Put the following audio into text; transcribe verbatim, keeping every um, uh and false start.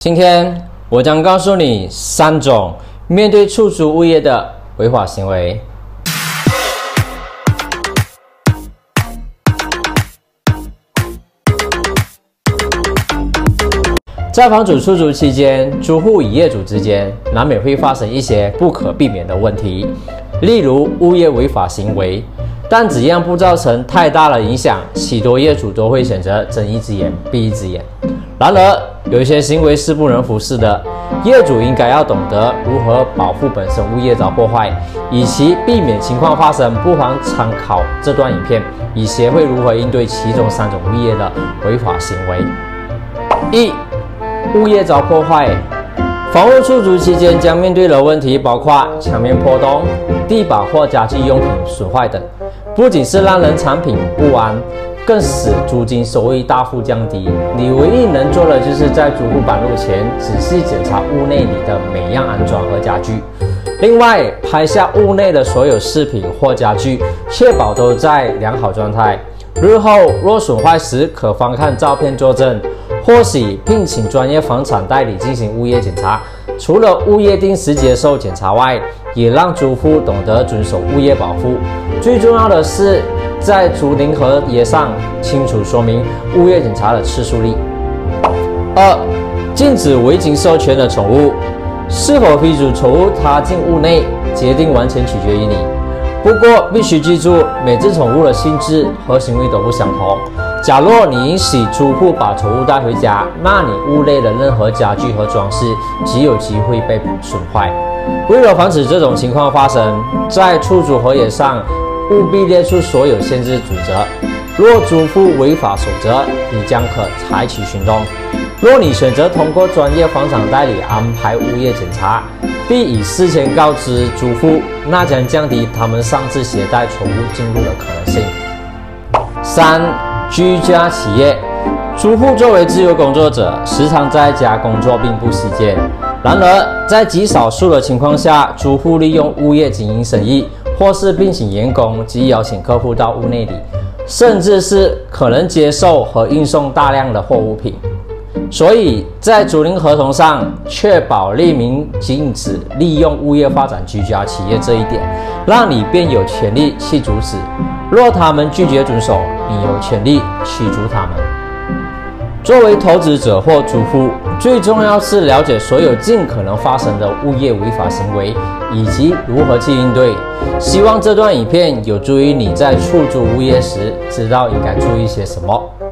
今天我将告诉你三种面对出租物业的违法行为。在房主出租期间，租户与业主之间难免会发生一些不可避免的问题，例如物业违法行为。但只要不造成太大的影响，许多业主都会选择睁一只眼闭一只眼。然而，有一些行为是不能忽视的，业主应该要懂得如何保护本身物业遭破坏，以及避免情况发生，不妨参考这段影片，以学会如何应对其中三种物业的违法行为。一、物业遭破坏。房屋出租期间将面对的问题包括墙面破洞、地板或家具用品损坏等，不仅是让人产品不安，更使租金收益大幅降低。你唯一能做的就是在租户搬入前仔细检查屋内里的每样安装和家具，另外拍下屋内的所有饰品或家具，确保都在良好状态。日后若损坏时，可翻看照片作证，或许聘请专业房产代理进行物业检查。除了物业定时接受检查外，也让租户懂得遵守物业保护。最重要的是，在租赁合约上清楚说明物业检查的次数率。二、禁止未经授权的宠物。是否批准宠物踏进屋内，决定完全取决于你。不过必须记住，每只宠物的性质和行为都不相同。假若你允许租户把宠物带回家，那你屋内的任何家具和装饰极有机会被损坏。为了防止这种情况发生，在出租合约上务必列出所有限制准则。若租户违法守则，你将可采取行动。若你选择通过专业房产代理安排物业检查，并已事先告知租户，那将降低他们擅自携带宠物进入的可能性。三、居家企业。租户作为自由工作者，时常在家工作并不稀见。然而，在极少数的情况下，租户利用物业经营生意，或是聘请员工及邀请客户到屋内里，甚至是可能接受和运送大量的货物品。所以在租赁合同上确保列明禁止利用物业发展居家企业这一点，让你便有权利去阻止。若他们拒绝遵守，你有权利驱逐他们。作为投资者或租户，最重要是了解所有尽可能发生的物业违法行为，以及如何去应对。希望这段影片有助于你在出租物业时知道应该注意些什么。